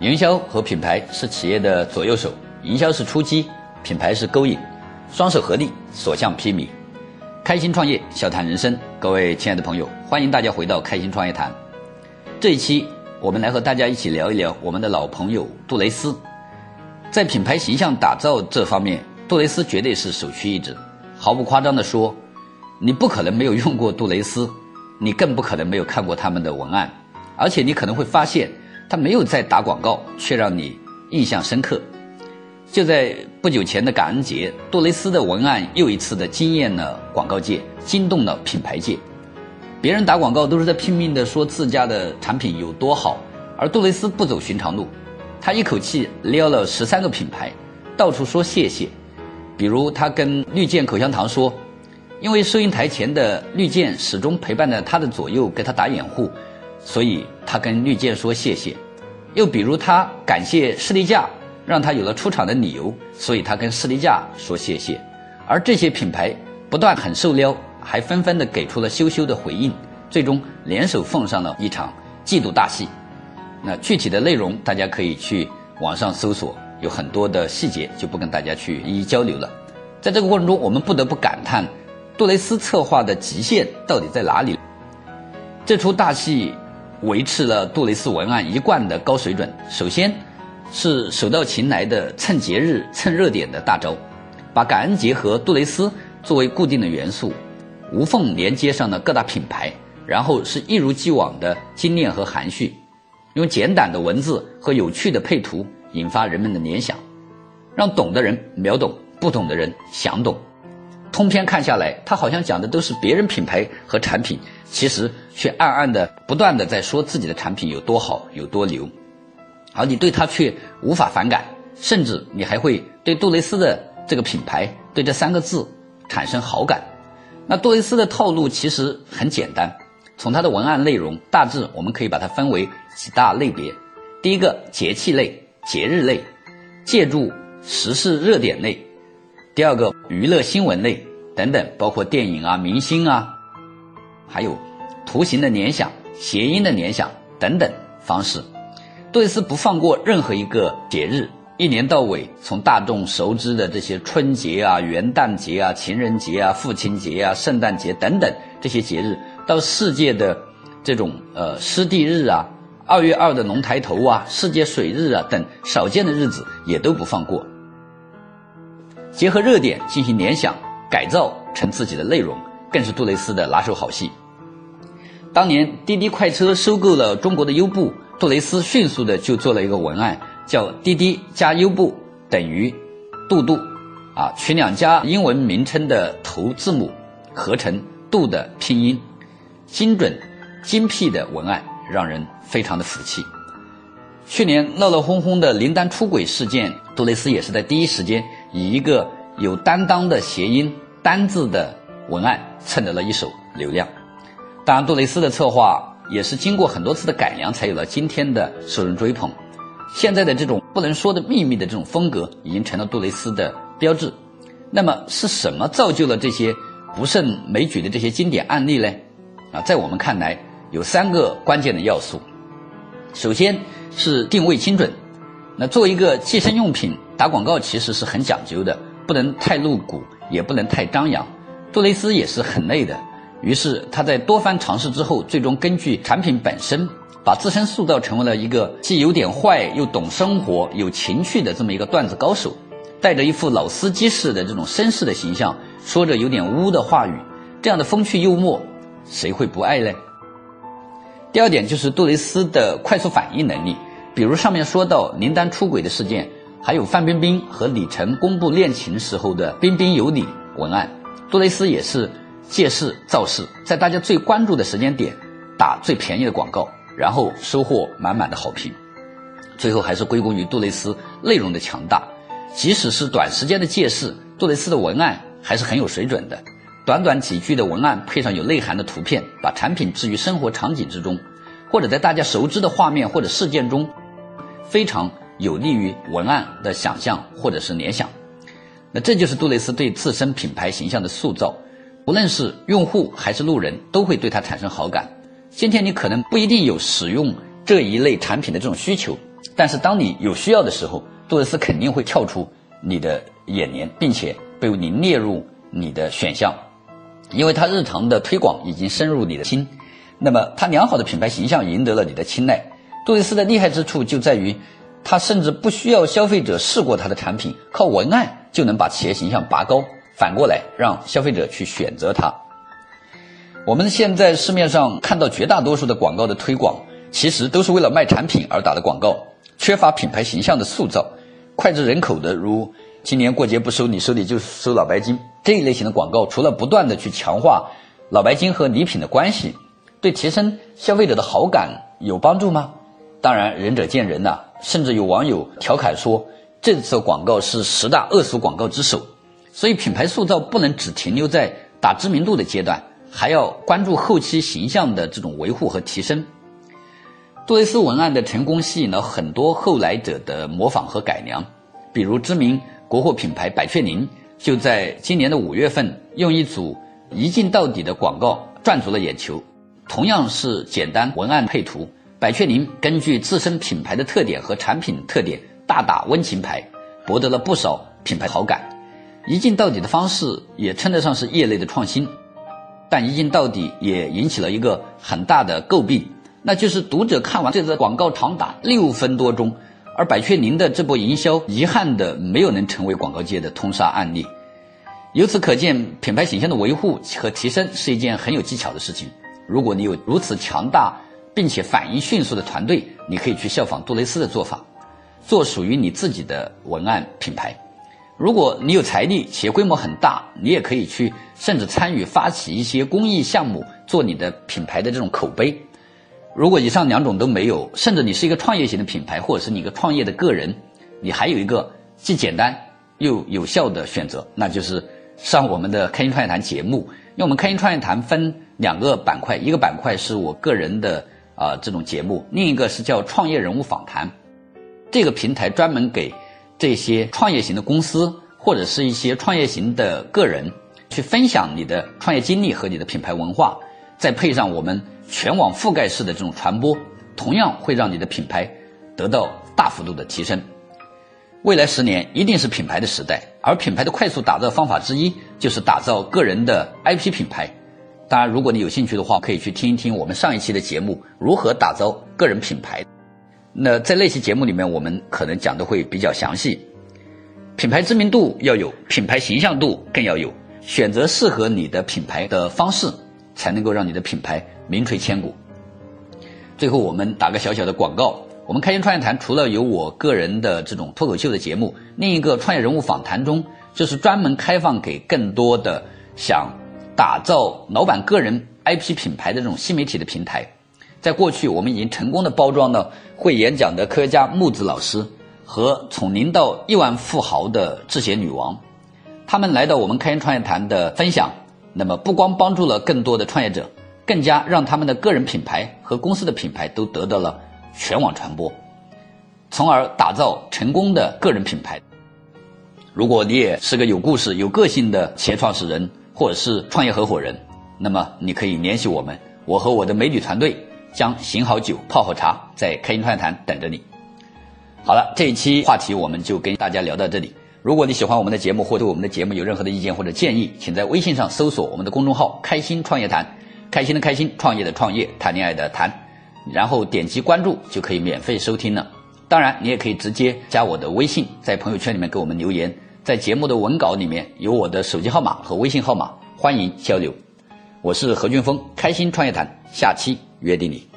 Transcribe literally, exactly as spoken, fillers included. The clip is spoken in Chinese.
营销和品牌是企业的左右手，营销是出击，品牌是勾引，双手合力，所向披靡。开心创业，笑谈人生，各位亲爱的朋友，欢迎大家回到开心创业谈。这一期我们来和大家一起聊一聊我们的老朋友杜蕾斯。在品牌形象打造这方面，杜蕾斯绝对是首屈一指。毫不夸张地说，你不可能没有用过杜蕾斯，你更不可能没有看过他们的文案，而且你可能会发现他没有在打广告，却让你印象深刻。就在不久前的感恩节，杜蕾斯的文案又一次的惊艳了广告界，惊动了品牌界。别人打广告都是在拼命的说自家的产品有多好，而杜蕾斯不走寻常路，他一口气撩了十三个品牌，到处说谢谢。比如他跟绿箭口香糖说，因为收银台前的绿箭始终陪伴在他的左右，给他打掩护，所以他跟绿箭说谢谢。又比如他感谢士力架，让他有了出场的理由，所以他跟士力架说谢谢。而这些品牌不但很受撩，还纷纷的给出了羞羞的回应，最终联手奉上了一场季度大戏。那具体的内容大家可以去网上搜索，有很多的细节就不跟大家去一一交流了。在这个过程中，我们不得不感叹杜蕾斯策划的极限到底在哪里。这出大戏维持了杜蕾斯文案一贯的高水准。首先是手到擒来的蹭节日蹭热点的大招，把感恩节和杜蕾斯作为固定的元素，无缝连接上了各大品牌，然后是一如既往的精炼和含蓄，用简短的文字和有趣的配图引发人们的联想，让懂的人秒懂，不懂的人想懂。通篇看下来，他好像讲的都是别人品牌和产品，其实却暗暗的不断的在说自己的产品有多好有多牛，而你对他却无法反感，甚至你还会对杜蕾斯的这个品牌，对这三个字产生好感。那杜蕾斯的套路其实很简单，从它的文案内容大致我们可以把它分为几大类别。第一个，节气类、节日类，借助时事热点类；第二个，娱乐新闻类等等，包括电影啊、明星啊，还有图形的联想、谐音的联想等等方式。杜蕾斯不放过任何一个节日，一年到尾，从大众熟知的这些春节啊、元旦节啊、情人节啊、父亲节啊、圣诞节等等这些节日，到世界的这种呃湿地日啊、二月二的龙抬头啊、世界水日啊等少见的日子也都不放过。结合热点进行联想改造成自己的内容，更是杜蕾斯的拿手好戏。当年滴滴快车收购了中国的优步，杜蕾斯迅速的就做了一个文案，叫滴滴加优步等于杜杜啊，取两家英文名称的头字母合成杜的拼音，精准精辟的文案让人非常的服气。去年闹闹哄哄的林丹出轨事件，杜蕾斯也是在第一时间以一个有担当的谐音单字的文案蹭得了一手流量。当然杜蕾斯的策划也是经过很多次的改良才有了今天的受人追捧。现在的这种不能说的秘密的这种风格已经成了杜蕾斯的标志。那么是什么造就了这些不胜枚举的这些经典案例呢？啊，在我们看来有三个关键的要素。首先是定位精准。那作为一个计生用品，打广告其实是很讲究的，不能太露骨，也不能太张扬。杜蕾斯也是很累的，于是他在多番尝试之后，最终根据产品本身，把自身塑造成为了一个既有点坏又懂生活有情趣的这么一个段子高手，带着一副老司机式的这种绅士的形象，说着有点污的话语，这样的风趣幽默谁会不爱呢？第二点就是杜蕾斯的快速反应能力，比如上面说到林丹出轨的事件，还有范冰冰和李晨公布恋情时候的彬彬有礼文案，杜蕾斯也是借势造势，在大家最关注的时间点打最便宜的广告，然后收获满满的好评。最后还是归功于杜蕾斯内容的强大，即使是短时间的借势，杜蕾斯的文案还是很有水准的。短短几句的文案配上有内涵的图片，把产品置于生活场景之中，或者在大家熟知的画面或者事件中，非常有利于文案的想象或者是联想。那这就是杜蕾斯对自身品牌形象的塑造，无论是用户还是路人都会对它产生好感。今天你可能不一定有使用这一类产品的这种需求， 但是当你有需要的时候，杜蕾斯肯定会跳出你的眼帘，并且被你列入你的选项，因为它日常的推广已经深入你的心。那么它良好的品牌形象赢得了你的青睐。杜蕾斯的厉害之处就在于，它甚至不需要消费者试过它的产品，靠文案就能把企业形象拔高，反过来让消费者去选择它。我们现在市面上看到绝大多数的广告的推广，其实都是为了卖产品而打的广告，缺乏品牌形象的塑造。脍炙人口的如今年过节不收你，收礼就收老白金这一类型的广告，除了不断的去强化老白金和礼品的关系，对提升消费者的好感有帮助吗？当然仁者见仁呐、啊，甚至有网友调侃说，这次广告是十大恶俗广告之首。所以品牌塑造不能只停留在打知名度的阶段，还要关注后期形象的这种维护和提升。杜蕾斯文案的成功吸引了很多后来者的模仿和改良，比如知名国货品牌百雀羚就在今年的五月份用一组一镜到底的广告赚足了眼球。同样是简单文案配图，百雀羚根据自身品牌的特点和产品特点大打温情牌，博得了不少品牌好感。一镜到底的方式也称得上是业内的创新，但一镜到底也引起了一个很大的诟病，那就是读者看完这则广告长达六分多钟，而百雀羚的这波营销遗憾的没有能成为广告界的通杀案例。由此可见，品牌形象的维护和提升是一件很有技巧的事情。如果你有如此强大并且反应迅速的团队，你可以去效仿杜蕾斯的做法，做属于你自己的文案品牌。如果你有财力且规模很大，你也可以去甚至参与发起一些公益项目，做你的品牌的这种口碑。如果以上两种都没有，甚至你是一个创业型的品牌，或者是你一个创业的个人，你还有一个既简单又有效的选择，那就是上我们的开心创业谈节目。因为我们开心创业谈分两个板块，一个板块是我个人的啊、呃、这种节目，另一个是叫创业人物访谈。这个平台专门给这些创业型的公司或者是一些创业型的个人去分享你的创业经历和你的品牌文化，再配上我们全网覆盖式的这种传播，同样会让你的品牌得到大幅度的提升。未来十年一定是品牌的时代，而品牌的快速打造方法之一就是打造个人的 I P 品牌。当然如果你有兴趣的话，可以去听一听我们上一期的节目，如何打造个人品牌。那在那期节目里面，我们可能讲的会比较详细。品牌知名度要有，品牌形象度更要有，选择适合你的品牌的方式，才能够让你的品牌名垂千古。最后我们打个小小的广告，我们开心创业谈除了有我个人的这种脱口秀的节目，另一个创业人物访谈中就是专门开放给更多的想打造老板个人 I P 品牌的这种新媒体的平台。在过去我们已经成功的包装了会演讲的科学家木子老师和从零到亿万富豪的智贤女王，他们来到我们开心创业谈的分享，那么不光帮助了更多的创业者，更加让他们的个人品牌和公司的品牌都得到了全网传播，从而打造成功的个人品牌。如果你也是个有故事有个性的企业创始人或者是创业合伙人，那么你可以联系我们，我和我的美女团队将醒好酒泡好茶，在开心创业谈等着你。好了，这一期话题我们就跟大家聊到这里。如果你喜欢我们的节目或对我们的节目有任何的意见或者建议，请在微信上搜索我们的公众号开心创业谈，开心的开心，创业的创业，谈恋爱的谈，然后点击关注就可以免费收听了。当然你也可以直接加我的微信，在朋友圈里面给我们留言，在节目的文稿里面有我的手机号码和微信号码，欢迎交流。我是何俊峰，开心创业谈，下期约定你。